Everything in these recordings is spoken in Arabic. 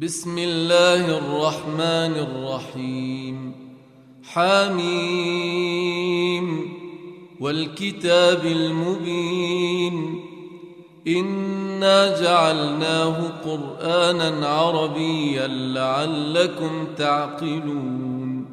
بسم الله الرحمن الرحيم. حميم والكتاب المبين إنا جعلناه قرآنا عربيا لعلكم تعقلون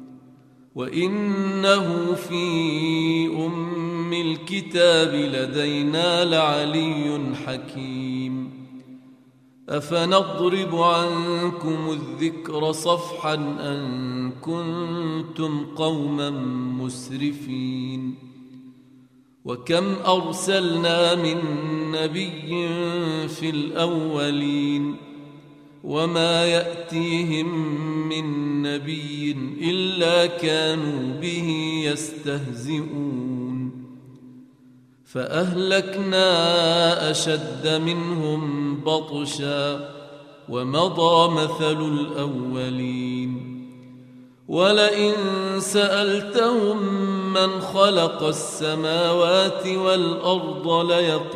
وإنه في أم الكتاب لدينا لعلي حكيم. أفنضرب عنكم الذكر صفحا أن كنتم قوما مسرفين. وكم أرسلنا من نبي في الأولين وما يأتيهم من نبي إلا كانوا به يستهزئون. فأهلكنا أشد منهم بطشا ومضى مثل الأولين. ولئن سألتهم من خلق السماوات والأرض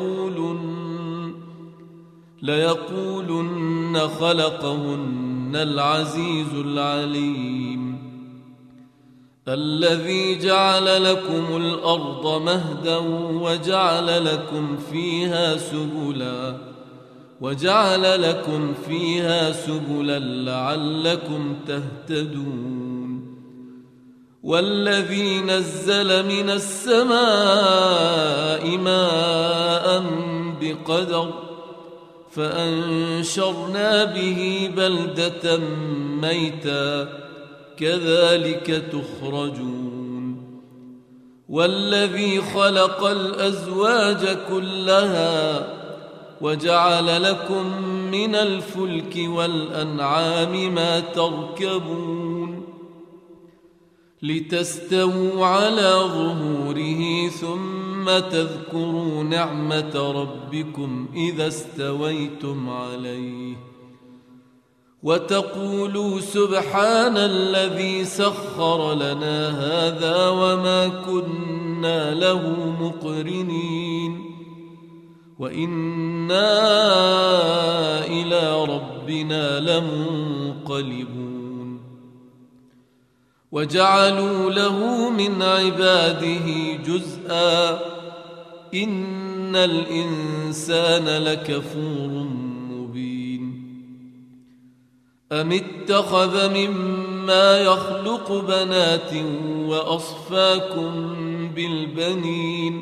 ليقولن خلقهن العزيز العليم. الذي جعل لكم الأرض مهدا وجعل لكم فيها سبلا لعلكم تهتدون. والذي نزل من السماء ماء بقدر فأنشرنا به بلدة ميتا كذلك تخرجون. والذي خلق الأزواج كلها وجعل لكم من الفلك والأنعام ما تركبون لتستووا على ظهوره ثم تذكروا نعمة ربكم إذا استويتم عليه وتقولوا سبحان الذي سخر لنا هذا وما كنا له مقرنين وإنا إلى ربنا لمنقلبون. وجعلوا له من عباده جزءا إن الإنسان لكفور مبين. أم اتخذ مما يخلق بنات وأصفاكم بالبنين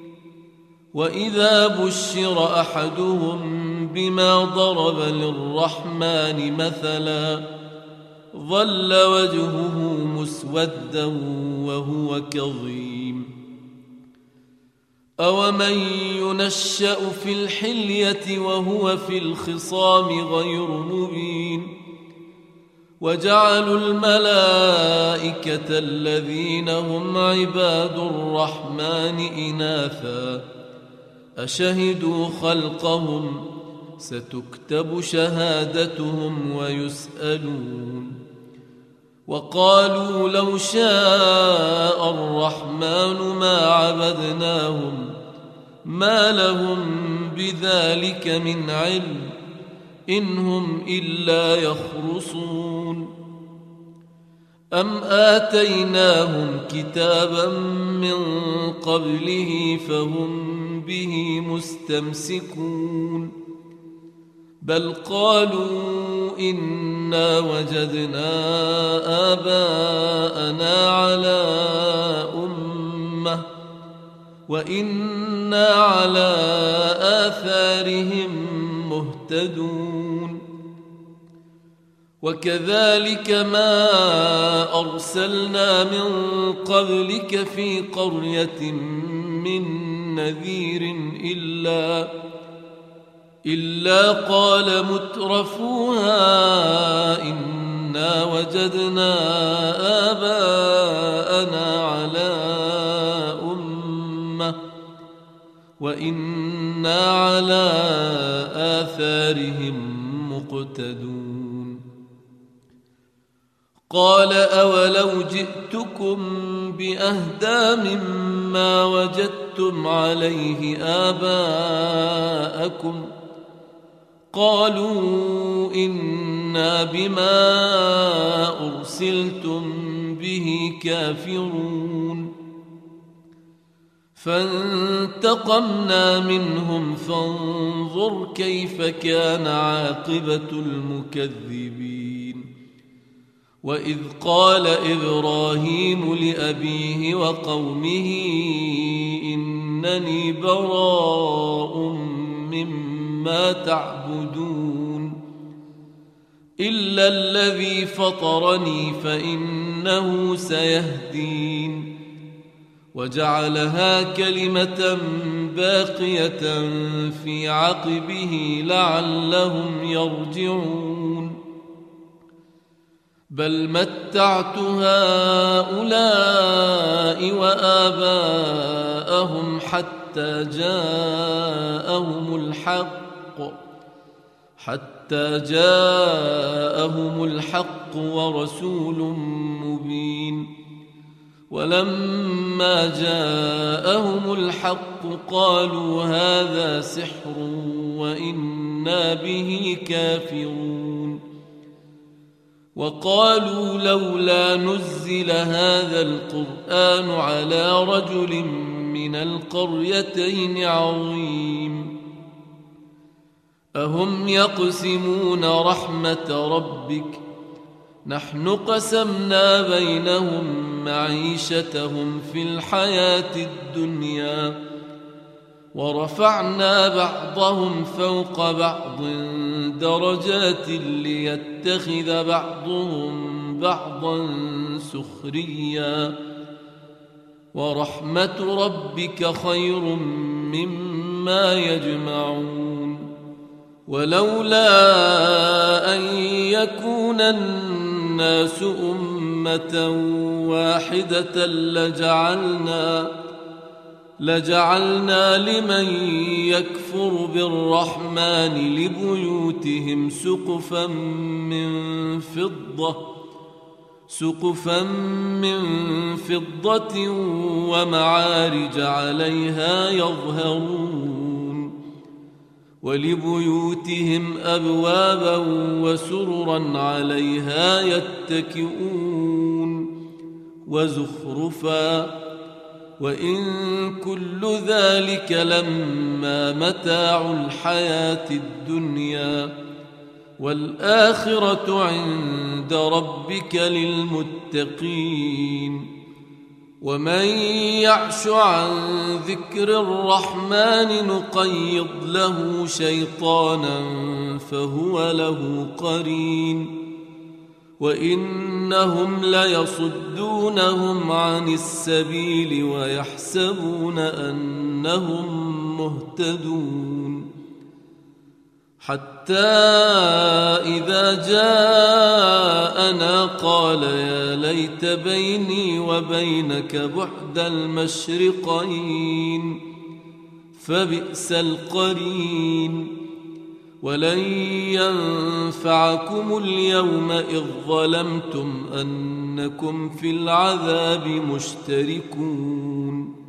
وإذا بشر أحدهم بما ضرب للرحمن مثلا ظل وجهه مسودا وهو كظيم. أومن ينشأ في الحلية وهو في الخصام غير مبين. وجعلوا الملائكة الذين هم عباد الرحمن إناثا أشهدوا خلقهم ستكتب شهادتهم ويسألون. وقالوا لو شاء الرحمن ما عبدناهم ما لهم بذلك من علم إن هم إلا يخرصون. أم آتيناهم كتابا من قبله فهم به مستمسكون. بل قالوا إنا وجدنا آباءنا على أمة وإنا على آثارهم مهتدون. وكذلك ما أرسلنا من قبلك في قرية من نذير إلا قال مترفوها إنا وجدنا آباءنا على أمة وإنا على آثارهم مقتدون. قال أولو جئتكم بأهدى مما وجدتم عليه آباءكم قالوا إنا بما أرسلتم به كافرون فانتقمنا منهم فانظر كيف كان عاقبة المكذبين وإذ قال إبراهيم لأبيه وقومه إنني براء مما تعبدون إلا الذي فطرني فإنه سيهدين وجعلها كلمة باقية في عقبه لعلهم يرجعون بل متعت هؤلاء وآباءهم حتى جاءهم الحق ورسول مبين ولما جاءهم الحق قالوا هذا سحر وإنا به كافرون وقالوا لولا نزل هذا القرآن على رجل من القريتين عظيم أهم يقسمون رحمة ربك نحن قسمنا بينهم معيشتهم في الحياة الدنيا ورفعنا بعضهم فوق بعض درجات ليتخذ بعضهم بعضا سخريا ورحمة ربك خير مما يجمعون ولولا أن يكون الناس أمة واحدة لجعلنا لمن يكفر بالرحمن لبيوتهم سقفا من فضة ومعارج عليها يظهرون ولبيوتهم أبوابا وسررا عليها يتكئون وزخرفا وإن كل ذلك لما متاع الحياة الدنيا والآخرة عند ربك للمتقين ومن يعش عن ذكر الرحمن نقيض له شيطانا فهو له قرين وإنهم ليصدونهم عن السبيل ويحسبون أنهم مهتدون حتى إذا جاءنا قال يا ليت بيني وبينك بعد المشرقين فبئس القرين ولن ينفعكم اليوم إذ ظلمتم أنكم في العذاب مشتركون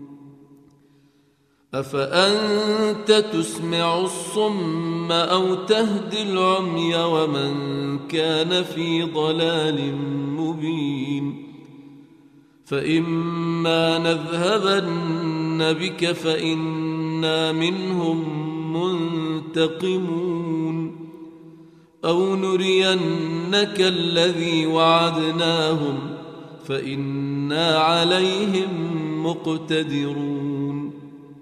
أفأنت تسمع الصم أو تهدي العمي ومن كان في ضلال مبين فإما نذهبن بك فإنا منهم منتقمون أو نرينك الذي وعدناهم فإنا عليهم مقتدرون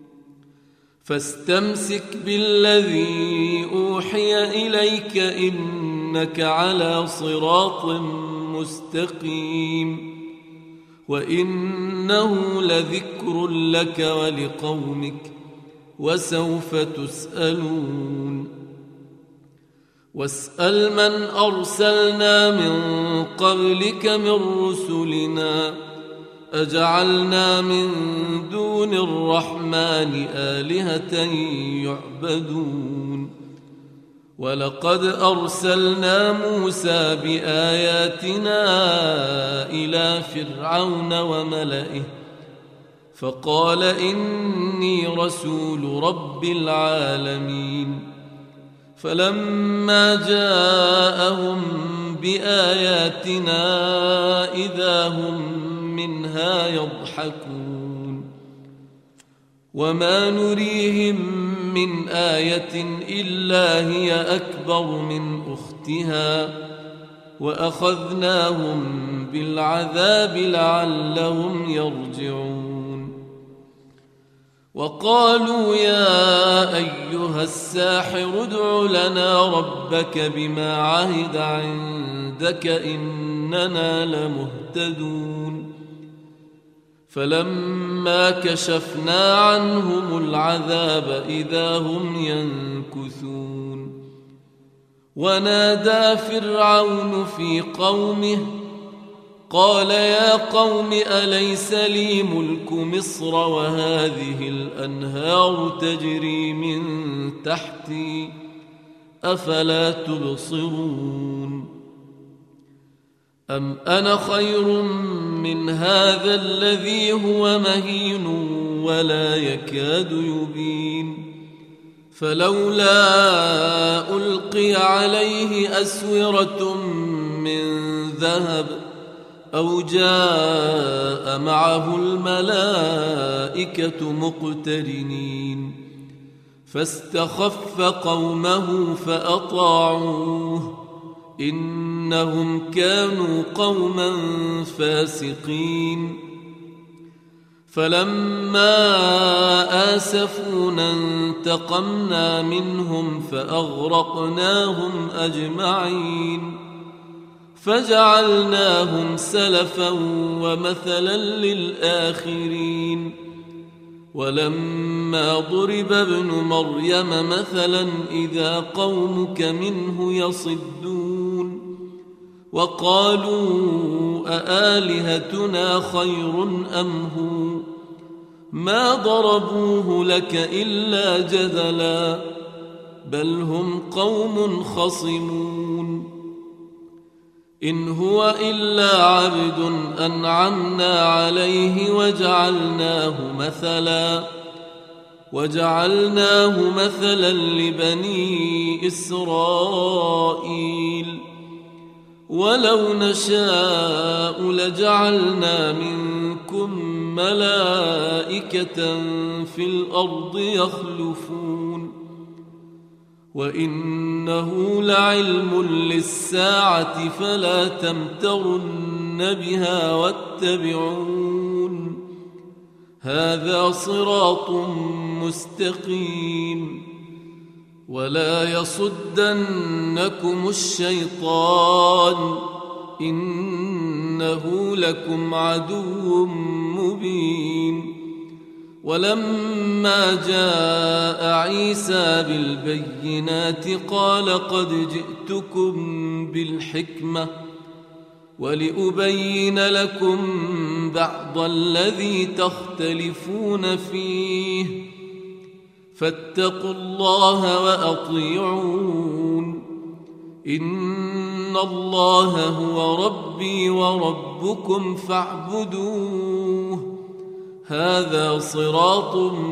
فاستمسك بالذي أوحي إليك إنك على صراط مستقيم وإنه لذكر لك ولقومك وسوف تسألون واسأل من أرسلنا من قبلك من رسلنا أجعلنا من دون الرحمن آلهة يعبدون ولقد أرسلنا موسى بآياتنا إلى فرعون وملئه فقال إني رسول رب العالمين فلما جاءهم بآياتنا إذا هم منها يضحكون وما نريهم من آية إلا هي أكبر من أختها وأخذناهم بالعذاب لعلهم يرجعون وقالوا يا أيها الساحر ادع لنا ربك بما عهد عندك إننا لمهتدون فلما كشفنا عنهم العذاب إذا هم ينكثون ونادى فرعون في قومه قال يا قوم أليس لي ملك مصر وهذه الأنهار تجري من تحتي أفلا تبصرون أم أنا خير من هذا الذي هو مهين ولا يكاد يبين فلولا ألقي عليه أسورة من ذهب أو جاء معه الملائكة مقترنين فاستخف قومه فأطاعوه إنهم كانوا قوما فاسقين فلما آسفونا انتقمنا منهم فأغرقناهم أجمعين فجعلناهم سلفا ومثلا للآخرين ولما ضرب ابن مريم مثلا إذا قومك منه يصدون وقالوا أآلهتنا خير أم هو ما ضربوه لك إلا جدلا بل هم قوم خصمون إن هو إلا عبد أنعمنا عليه وجعلناه مثلا لبني إسرائيل ولو نشاء لجعلنا منكم ملائكة في الأرض يخلفون وإنه لعلم للساعة فلا تمترن بها واتبعون هذا صراط مستقيم ولا يصدنكم الشيطان إنه لكم عدو مبين ولما جاء عيسى بالبينات قال قد جئتكم بالحكمة ولأبين لكم بعض الذي تختلفون فيه فاتقوا الله وأطيعون إن الله هو ربي وربكم فاعبدوه هذا صراط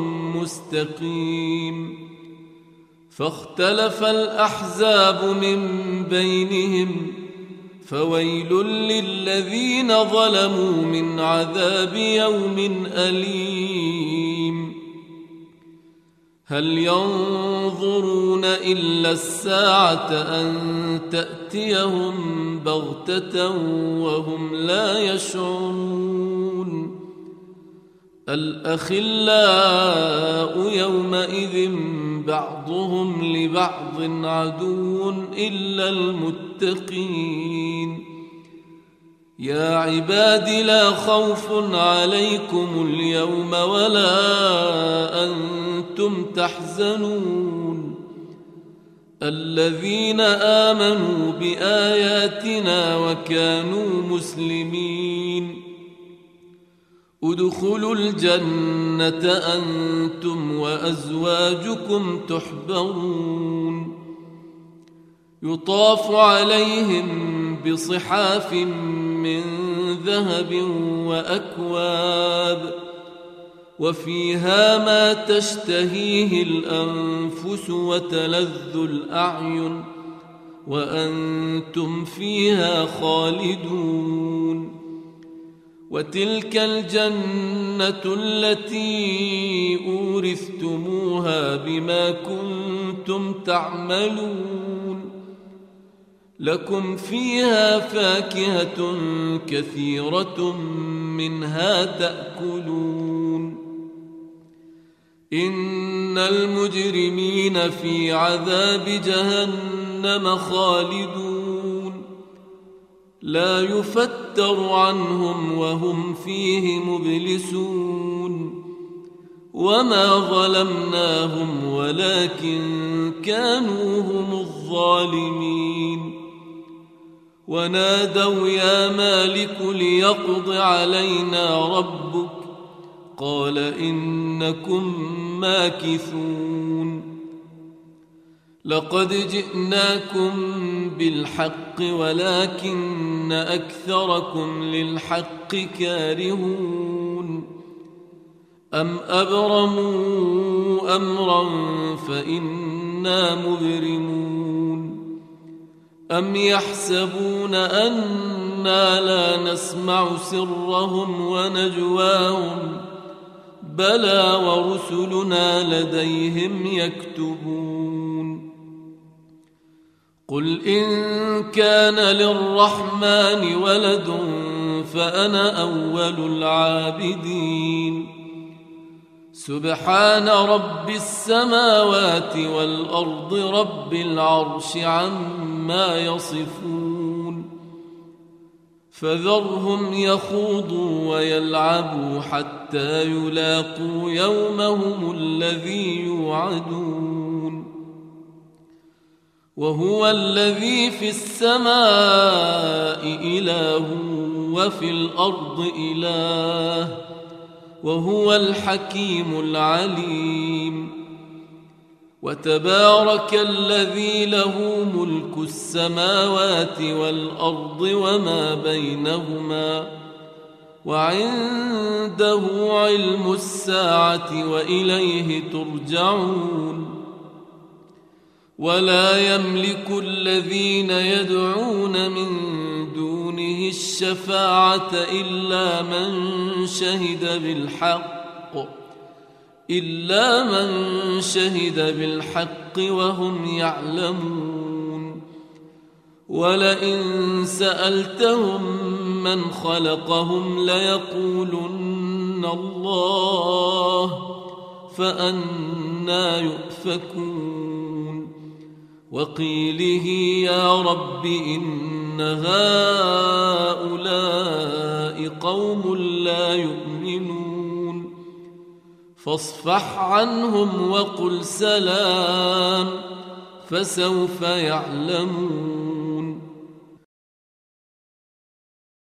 مستقيم فاختلف الأحزاب من بينهم فويل للذين ظلموا من عذاب يوم أليم هل ينظرون إلا الساعة أن تأتيهم بغتة وهم لا يشعرون الأخلاء يومئذ بعضهم لبعض عدو إلا المتقين يا عباد لا خوف عليكم اليوم ولا أنتم تحزنون الذين آمنوا بآياتنا وكانوا مسلمين ادخلوا الجنة أنتم وأزواجكم تحبرون يطاف عليهم بصحاف من ذهب وفيها ما تشتهيه الأنفس وتلذ الأعين وأنتم فيها خالدون. وتلك الجنة التي أورثتموها بما كنتم تعملون، لكم فيها فاكهة كثيرة منها تأكلون. إن المجرمين في عذاب جهنم خالدون، لا يفتر عنهم وهم فيه مبلسون. وما ظلمناهم ولكن كانوا هم الظالمين. ونادوا يا مالك ليقض علينا ربك، قال إنكم ماكثون. لقد جئناكم بالحق ولكن أكثركم للحق كارهون. أم أبرموا أمرا فإنا مبرمون. أم يحسبون أنا لا نسمع سرهم ونجواهم، بلى ورسلنا لديهم يكتبون. قل إن كان للرحمن ولد فأنا أول العابدين. سبحان رب السماوات والأرض رب العرش عما يصفون. فذرهم يخوضوا ويلعبوا حتى يلاقوا يومهم الذي يوعدون. وهو الذي في السماء إله وفي الأرض إله، وهو الحكيم العليم. وتبارك الذي له ملك السماوات والأرض وما بينهما، وعنده علم الساعة وإليه ترجعون. ولا يملك الذين يدعون من دونه الشفاعة إلا من شهد بالحق وهم يعلمون. ولئن سألتهم من خلقهم ليقولن الله، فأنى يؤفكون. وقيله يا رب إن هؤلاء قوم لا يؤمنون، فاصفح عنهم وقل سلام، فسوف يعلمون.